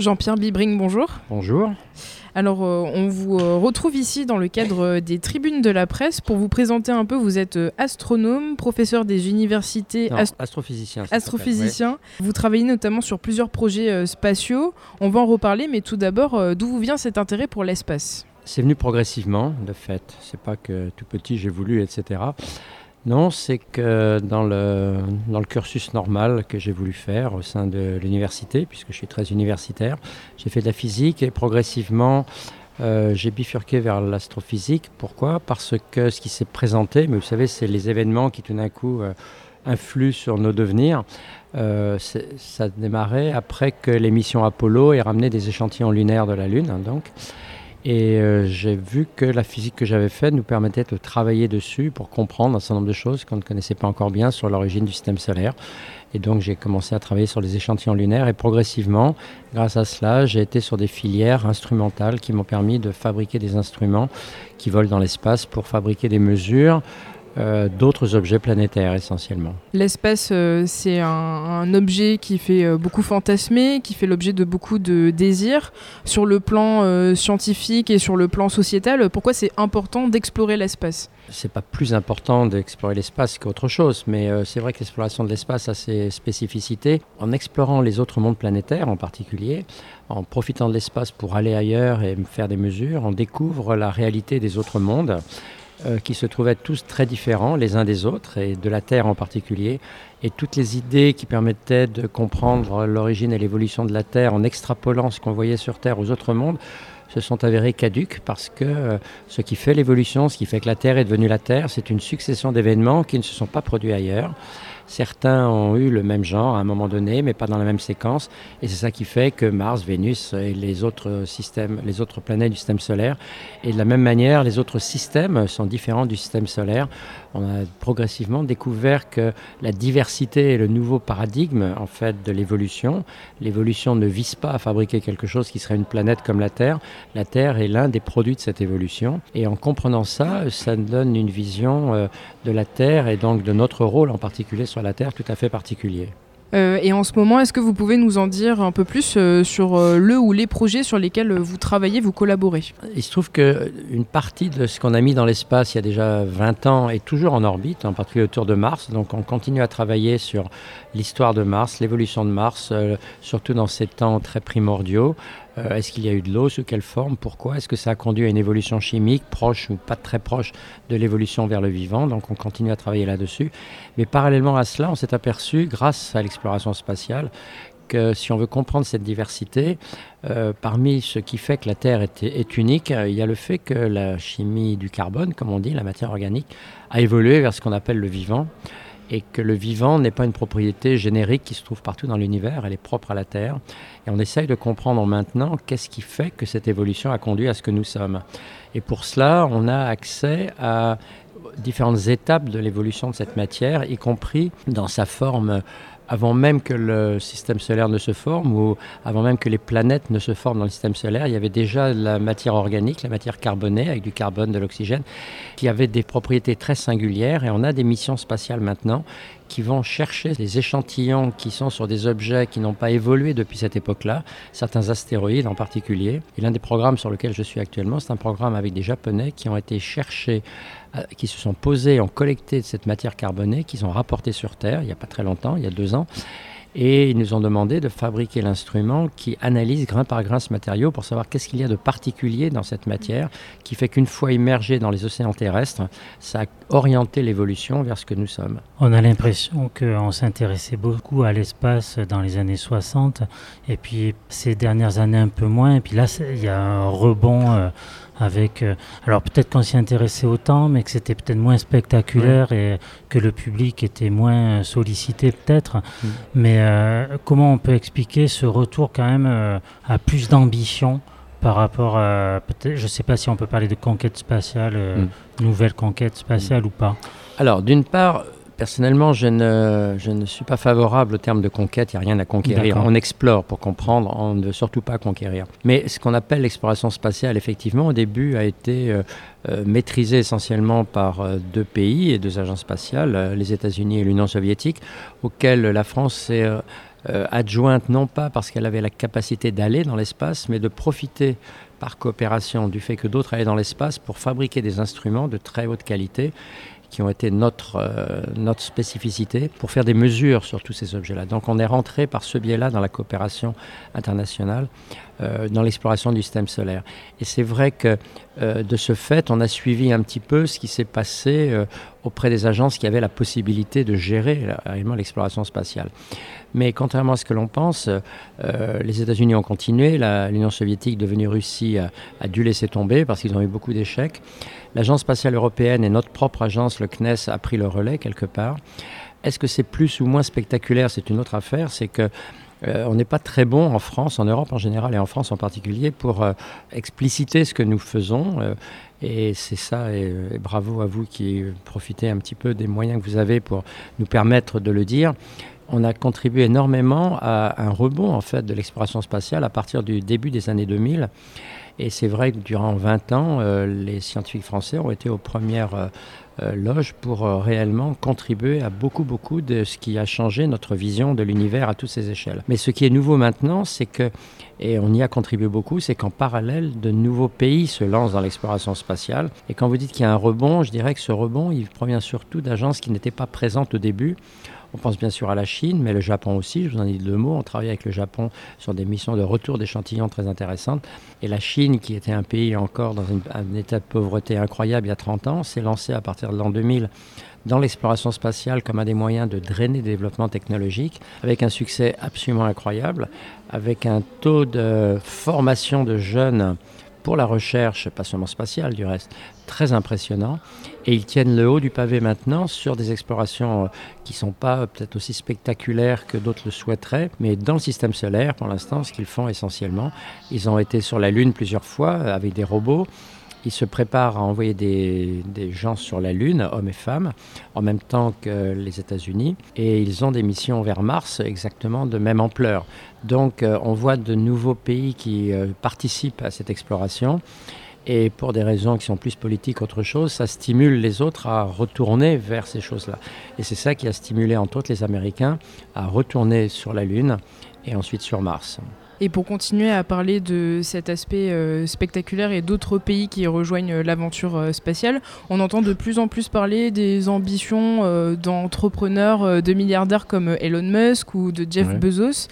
Jean-Pierre Bibring, bonjour. Bonjour. Alors, on vous retrouve ici dans le cadre des tribunes de la presse pour vous présenter un peu. Vous êtes astronome, professeur des universités... Astrophysicien. Astrophysicien. Ouais. Vous travaillez notamment sur plusieurs projets spatiaux. On va en reparler, mais tout d'abord, d'où vous vient cet intérêt pour l'espace ? C'est venu progressivement, de fait. C'est pas que tout petit, j'ai voulu, etc. Non, c'est que dans le cursus normal que j'ai voulu faire au sein de l'université, puisque je suis très universitaire, j'ai fait de la physique et progressivement j'ai bifurqué vers l'astrophysique. Pourquoi ? Parce que ce qui s'est présenté, mais vous savez, c'est les événements qui tout d'un coup influent sur nos devenirs. Ça démarrait après que les missions Apollo aient ramené des échantillons lunaires de la Lune, donc. Et j'ai vu que la physique que j'avais faite nous permettait de travailler dessus pour comprendre un certain nombre de choses qu'on ne connaissait pas encore bien sur l'origine du système solaire. Et donc j'ai commencé à travailler sur les échantillons lunaires et progressivement, grâce à cela, j'ai été sur des filières instrumentales qui m'ont permis de fabriquer des instruments qui volent dans l'espace pour fabriquer des mesures d'autres objets planétaires essentiellement. L'espace, c'est un objet qui fait beaucoup fantasmer, qui fait l'objet de beaucoup de désirs. Sur le plan scientifique et sur le plan sociétal, pourquoi c'est important d'explorer l'espace ? C'est pas plus important d'explorer l'espace qu'autre chose, mais c'est vrai que l'exploration de l'espace a ses spécificités. En explorant les autres mondes planétaires en particulier, en profitant de l'espace pour aller ailleurs et faire des mesures, on découvre la réalité des autres mondes. Qui se trouvaient tous très différents les uns des autres, et de la Terre en particulier. Et toutes les idées qui permettaient de comprendre l'origine et l'évolution de la Terre en extrapolant ce qu'on voyait sur Terre aux autres mondes se sont avérées caduques parce que ce qui fait l'évolution, ce qui fait que la Terre est devenue la Terre, c'est une succession d'événements qui ne se sont pas produits ailleurs. Certains ont eu le même genre à un moment donné, mais pas dans la même séquence. Et c'est ça qui fait que Mars, Vénus et les autres planètes du système solaire, et de la même manière, les autres systèmes sont différents du système solaire. On a progressivement découvert que la diversité est le nouveau paradigme en fait de l'évolution. L'évolution ne vise pas à fabriquer quelque chose qui serait une planète comme la Terre. La Terre est l'un des produits de cette évolution. Et en comprenant ça, ça donne une vision de la Terre et donc de notre rôle en particulier sur la Terre tout à fait particulier. Et en ce moment, est-ce que vous pouvez nous en dire un peu plus sur le ou les projets sur lesquels vous travaillez, vous collaborez ? Il se trouve qu'une partie de ce qu'on a mis dans l'espace il y a déjà 20 ans est toujours en orbite, en particulier autour de Mars. Donc on continue à travailler sur l'histoire de Mars, l'évolution de Mars, surtout dans ces temps très primordiaux. Est-ce qu'il y a eu de l'eau, sous quelle forme, pourquoi ? Est-ce que ça a conduit à une évolution chimique proche ou pas très proche de l'évolution vers le vivant ? Donc on continue à travailler là-dessus. Mais parallèlement à cela, on s'est aperçu, grâce à l'exploration spatiale, que si on veut comprendre cette diversité, parmi ce qui fait que la Terre est unique, il y a le fait que la chimie du carbone, comme on dit, la matière organique, a évolué vers ce qu'on appelle le vivant. Et que le vivant n'est pas une propriété générique qui se trouve partout dans l'univers, elle est propre à la Terre. Et on essaye de comprendre maintenant qu'est-ce qui fait que cette évolution a conduit à ce que nous sommes. Et pour cela, on a accès à différentes étapes de l'évolution de cette matière, y compris dans sa forme avant même que le système solaire ne se forme ou avant même que les planètes ne se forment dans le système solaire, il y avait déjà la matière organique, la matière carbonée avec du carbone, de l'oxygène, qui avait des propriétés très singulières. Et on a des missions spatiales maintenant qui vont chercher les échantillons qui sont sur des objets qui n'ont pas évolué depuis cette époque-là, certains astéroïdes en particulier. Et l'un des programmes sur lequel je suis actuellement, c'est un programme avec des Japonais qui ont été cherchés, qui se sont posés, ont collecté cette matière carbonée, qu'ils ont rapportée sur Terre il n'y a pas très longtemps, il y a 2 ans. Et ils nous ont demandé de fabriquer l'instrument qui analyse grain par grain ce matériau pour savoir qu'est-ce qu'il y a de particulier dans cette matière qui fait qu'une fois immergé dans les océans terrestres, ça a orienté l'évolution vers ce que nous sommes. On a l'impression qu'on s'intéressait beaucoup à l'espace dans les années 60 et puis ces dernières années un peu moins. Et puis là, il y a un rebond avec... alors peut-être qu'on s'y intéressait autant, mais que c'était peut-être moins spectaculaire et que le public était moins sollicité peut-être. Mais comment on peut expliquer ce retour quand même à plus d'ambition par rapport à... peut-être, je ne sais pas si on peut parler de conquête spatiale, nouvelle conquête spatiale ou pas. Alors d'une part... Personnellement, je ne suis pas favorable au terme de conquête, il n'y a rien à conquérir. D'accord. On explore pour comprendre, on ne veut surtout pas conquérir. Mais ce qu'on appelle l'exploration spatiale, effectivement, au début, a été maîtrisée essentiellement par 2 pays et 2 agences spatiales, les États-Unis et l'Union soviétique, auxquelles la France s'est adjointe non pas parce qu'elle avait la capacité d'aller dans l'espace, mais de profiter par coopération du fait que d'autres allaient dans l'espace pour fabriquer des instruments de très haute qualité qui ont été notre spécificité pour faire des mesures sur tous ces objets-là. Donc on est rentré par ce biais-là dans la coopération internationale, dans l'exploration du système solaire. Et c'est vrai que de ce fait, on a suivi un petit peu ce qui s'est passé auprès des agences qui avaient la possibilité de gérer réellement l'exploration spatiale. Mais contrairement à ce que l'on pense, les États-Unis ont continué, l'Union soviétique devenue Russie a dû laisser tomber parce qu'ils ont eu beaucoup d'échecs. L'Agence spatiale européenne et notre propre agence, le CNES, a pris le relais quelque part. Est-ce que c'est plus ou moins spectaculaire? C'est une autre affaire. C'est que on n'est pas très bon en France, en Europe en général et en France en particulier, pour expliciter ce que nous faisons. Et c'est ça, et bravo à vous qui profitez un petit peu des moyens que vous avez pour nous permettre de le dire. On a contribué énormément à un rebond en fait, de l'exploration spatiale à partir du début des années 2000. Et c'est vrai que durant 20 ans, les scientifiques français ont été aux premières loges pour réellement contribuer à beaucoup de ce qui a changé notre vision de l'univers à toutes ces échelles. Mais ce qui est nouveau maintenant, c'est que, et on y a contribué beaucoup, c'est qu'en parallèle, de nouveaux pays se lancent dans l'exploration spatiale. Et quand vous dites qu'il y a un rebond, je dirais que ce rebond, il provient surtout d'agences qui n'étaient pas présentes au début. On pense bien sûr à la Chine, mais le Japon aussi, je vous en ai dit 2 mots. On travaille avec le Japon sur des missions de retour d'échantillons très intéressantes. Et la Chine, qui était un pays encore dans un état de pauvreté incroyable il y a 30 ans, s'est lancée à partir de l'an 2000 dans l'exploration spatiale comme un des moyens de drainer le développement technologique, avec un succès absolument incroyable, avec un taux de formation de jeunes pour la recherche, pas seulement spatiale du reste, très impressionnant. Et ils tiennent le haut du pavé maintenant sur des explorations qui ne sont pas peut-être aussi spectaculaires que d'autres le souhaiteraient, mais dans le système solaire, pour l'instant, ce qu'ils font essentiellement, ils ont été sur la Lune plusieurs fois avec des robots. Ils se préparent à envoyer des gens sur la Lune, hommes et femmes, en même temps que les États-Unis. Et ils ont des missions vers Mars exactement de même ampleur. Donc on voit de nouveaux pays qui participent à cette exploration. Et pour des raisons qui sont plus politiques qu'autre chose, ça stimule les autres à retourner vers ces choses-là. Et c'est ça qui a stimulé entre autres les Américains à retourner sur la Lune et ensuite sur Mars. Et pour continuer à parler de cet aspect spectaculaire et d'autres pays qui rejoignent l'aventure spatiale, on entend de plus en plus parler des ambitions d'entrepreneurs, de milliardaires comme Elon Musk ou de Jeff Bezos.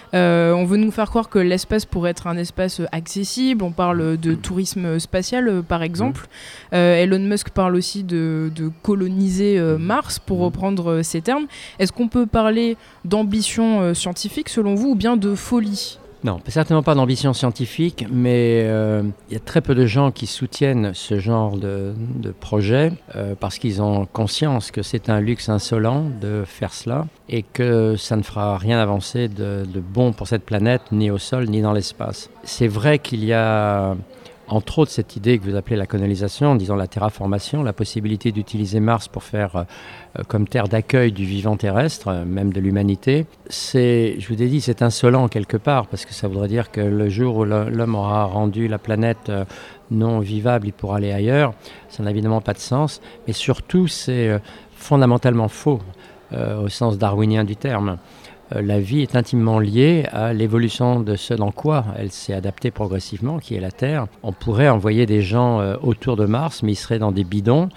On veut nous faire croire que l'espace pourrait être un espace accessible. On parle de tourisme spatial, par exemple. Elon Musk parle aussi de coloniser Mars, pour reprendre ces termes. Est-ce qu'on peut parler d'ambition scientifique, selon vous, ou bien de folie ? Non, certainement pas d'ambition scientifique, mais il y a très peu de gens qui soutiennent ce genre de projet parce qu'ils ont conscience que c'est un luxe insolent de faire cela et que ça ne fera rien avancer de bon pour cette planète, ni au sol, ni dans l'espace. C'est vrai qu'il y a entre autres cette idée que vous appelez la colonisation, disons la terraformation, la possibilité d'utiliser Mars pour faire comme terre d'accueil du vivant terrestre, même de l'humanité. Je vous ai dit, c'est insolent quelque part, parce que ça voudrait dire que le jour où l'homme aura rendu la planète non vivable, il pourra aller ailleurs. Ça n'a évidemment pas de sens, mais surtout c'est fondamentalement faux, au sens darwinien du terme. La vie est intimement liée à l'évolution de ce dans quoi elle s'est adaptée progressivement, qui est la Terre. On pourrait envoyer des gens autour de Mars, mais ils seraient dans des bidons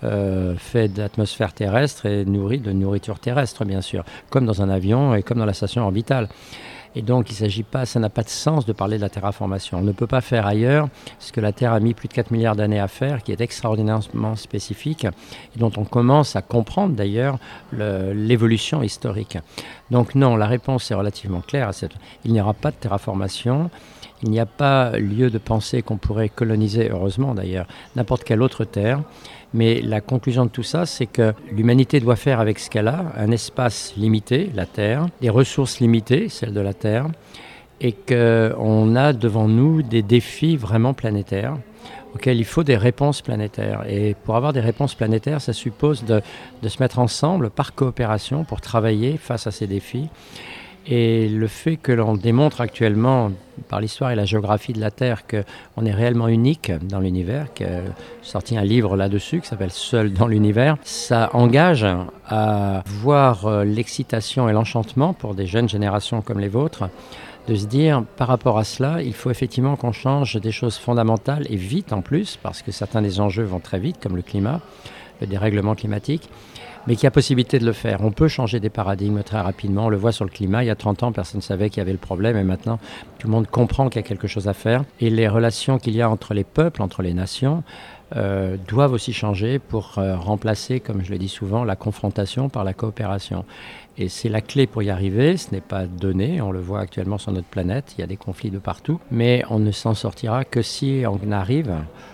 faits d'atmosphère terrestre et nourris de nourriture terrestre, bien sûr, comme dans un avion et comme dans la station orbitale. Et donc, il s'agit pas, ça n'a pas de sens de parler de la terraformation. On ne peut pas faire ailleurs ce que la Terre a mis plus de 4 milliards d'années à faire, qui est extraordinairement spécifique, et dont on commence à comprendre d'ailleurs l'évolution historique. Donc non, la réponse est relativement claire. Il n'y aura pas de terraformation. Il n'y a pas lieu de penser qu'on pourrait coloniser, heureusement d'ailleurs, n'importe quelle autre terre. Mais la conclusion de tout ça, c'est que l'humanité doit faire avec ce qu'elle a, un espace limité, la Terre, des ressources limitées, celles de la Terre, et qu'on a devant nous des défis vraiment planétaires auxquels il faut des réponses planétaires. Et pour avoir des réponses planétaires, ça suppose de se mettre ensemble par coopération pour travailler face à ces défis. Et le fait que l'on démontre actuellement, par l'histoire et la géographie de la Terre, qu'on est réellement unique dans l'univers, qui a sorti un livre là-dessus qui s'appelle « Seul dans l'univers », ça engage à voir l'excitation et l'enchantement pour des jeunes générations comme les vôtres, de se dire, par rapport à cela, il faut effectivement qu'on change des choses fondamentales et vite en plus, parce que certains des enjeux vont très vite, comme le climat, le dérèglement climatique, mais qu'il y a possibilité de le faire. On peut changer des paradigmes très rapidement. On le voit sur le climat. Il y a 30 ans, personne ne savait qu'il y avait le problème. Et maintenant, tout le monde comprend qu'il y a quelque chose à faire. Et les relations qu'il y a entre les peuples, entre les nations, doivent aussi changer pour remplacer, comme je le dis souvent, la confrontation par la coopération. Et c'est la clé pour y arriver. Ce n'est pas donné. On le voit actuellement sur notre planète. Il y a des conflits de partout. Mais on ne s'en sortira que si on arrive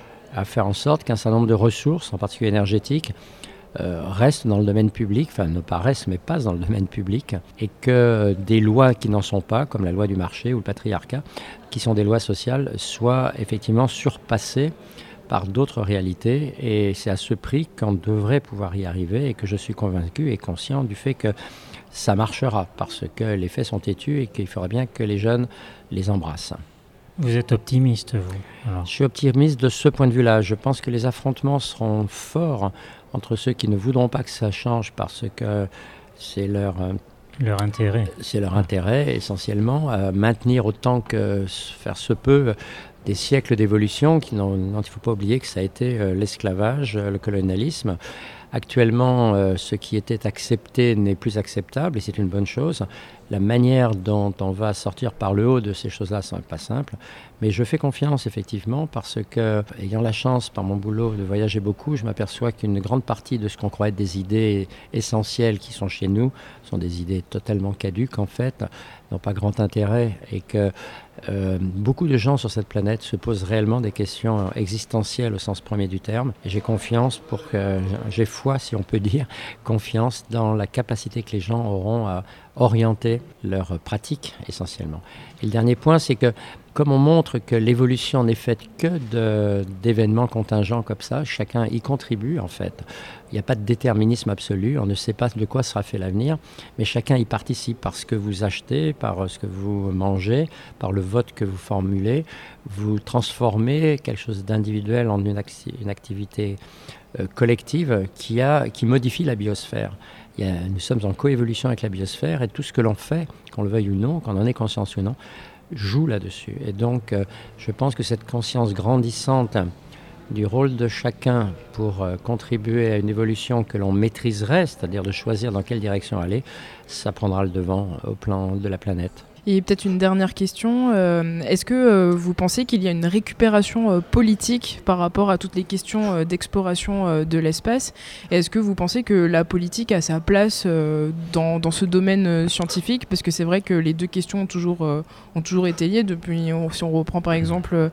à faire en sorte qu'un certain nombre de ressources, en particulier énergétiques, restent dans le domaine public, enfin ne paraissent mais passent dans le domaine public, et que des lois qui n'en sont pas, comme la loi du marché ou le patriarcat, qui sont des lois sociales, soient effectivement surpassées par d'autres réalités. Et c'est à ce prix qu'on devrait pouvoir y arriver, et que je suis convaincu et conscient du fait que ça marchera, parce que les faits sont têtus et qu'il faudra bien que les jeunes les embrassent. Vous êtes optimiste, vous alors? Je suis optimiste de ce point de vue-là. Je pense que les affrontements seront forts entre ceux qui ne voudront pas que ça change parce que c'est leur intérêt. C'est leur intérêt essentiellement, à maintenir autant que faire se peut des siècles d'évolution dont il ne faut pas oublier que ça a été l'esclavage, le colonialisme. Actuellement, ce qui était accepté n'est plus acceptable et c'est une bonne chose. La manière dont on va sortir par le haut de ces choses-là, ce n'est pas simple. Mais je fais confiance effectivement parce que, ayant la chance par mon boulot de voyager beaucoup, je m'aperçois qu'une grande partie de ce qu'on croit être des idées essentielles qui sont chez nous sont des idées totalement caduques en fait, n'ont pas grand intérêt et que beaucoup de gens sur cette planète se posent réellement des questions existentielles au sens premier du terme. Et j'ai confiance j'ai foi, si on peut dire, confiance dans la capacité que les gens auront à orienter leurs pratiques essentiellement. Et le dernier point, c'est que comme on montre que l'évolution n'est faite que d'événements contingents comme ça, chacun y contribue en fait. Il n'y a pas de déterminisme absolu, on ne sait pas de quoi sera fait l'avenir, mais chacun y participe par ce que vous achetez, par ce que vous mangez, par le vote que vous formulez. Vous transformez quelque chose d'individuel en une activité collective qui modifie la biosphère. Nous sommes en coévolution avec la biosphère et tout ce que l'on fait, qu'on le veuille ou non, qu'on en ait conscience ou non, joue là-dessus. Et donc, je pense que cette conscience grandissante du rôle de chacun pour contribuer à une évolution que l'on maîtriserait, c'est-à-dire de choisir dans quelle direction aller, ça prendra le devant au plan de la planète. Et peut-être une dernière question, est-ce que vous pensez qu'il y a une récupération politique par rapport à toutes les questions d'exploration de l'espace ? Et est-ce que vous pensez que la politique a sa place dans ce domaine scientifique ? Parce que c'est vrai que les deux questions ont toujours été liées depuis, si on reprend par exemple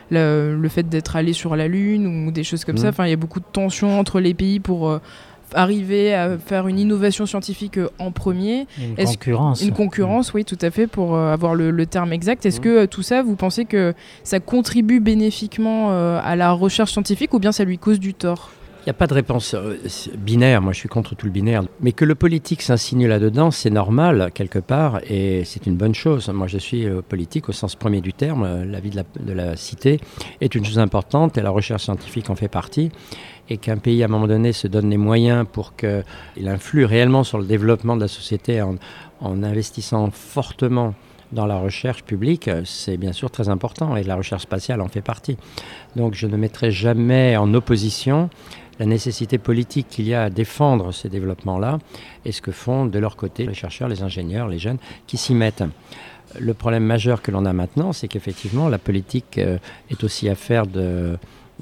le fait d'être allé sur la Lune ou des choses comme ça, il y a beaucoup de tensions entre les pays pour arriver à faire une innovation scientifique en premier. Une concurrence, oui, tout à fait, pour avoir le terme exact. Est-ce que tout ça, vous pensez que ça contribue bénéfiquement à la recherche scientifique ou bien ça lui cause du tort ? Il n'y a pas de réponse binaire, moi je suis contre tout le binaire. Mais que le politique s'insinue là-dedans, c'est normal quelque part et c'est une bonne chose. Moi je suis politique au sens premier du terme, la vie de la cité est une chose importante et la recherche scientifique en fait partie. Et qu'un pays à un moment donné se donne les moyens pour qu'il influe réellement sur le développement de la société en investissant fortement dans la recherche publique, c'est bien sûr très important et la recherche spatiale en fait partie. Donc je ne mettrai jamais en opposition la nécessité politique qu'il y a à défendre ces développements-là et ce que font de leur côté les chercheurs, les ingénieurs, les jeunes qui s'y mettent. Le problème majeur que l'on a maintenant, c'est qu'effectivement la politique est aussi affaire de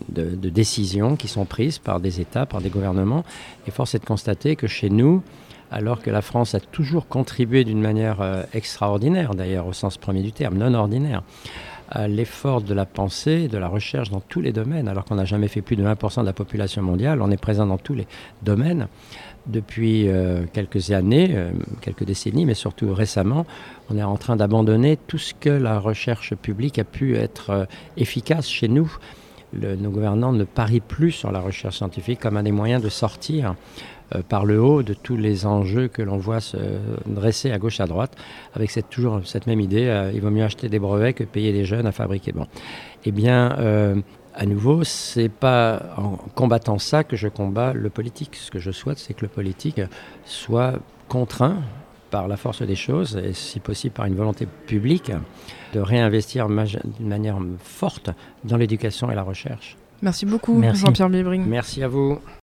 décisions qui sont prises par des États, par des gouvernements. Et force est de constater que chez nous, alors que la France a toujours contribué d'une manière extraordinaire, d'ailleurs au sens premier du terme, non ordinaire, à l'effort de la pensée, de la recherche dans tous les domaines, alors qu'on n'a jamais fait plus de 1% de la population mondiale, on est présent dans tous les domaines. Depuis quelques années, quelques décennies, mais surtout récemment, on est en train d'abandonner tout ce que la recherche publique a pu être efficace chez nous. nos gouvernants ne parient plus sur la recherche scientifique comme un des moyens de sortir par le haut de tous les enjeux que l'on voit se dresser à gauche à droite, avec toujours cette même idée, il vaut mieux acheter des brevets que payer des jeunes à fabriquer. Bon. Eh bien, à nouveau, c'est pas en combattant ça que je combats le politique. Ce que je souhaite, c'est que le politique soit contraint par la force des choses, et si possible par une volonté publique, de réinvestir d'une manière forte dans l'éducation et la recherche. Merci beaucoup, Jean-Pierre Bébring. Merci à vous.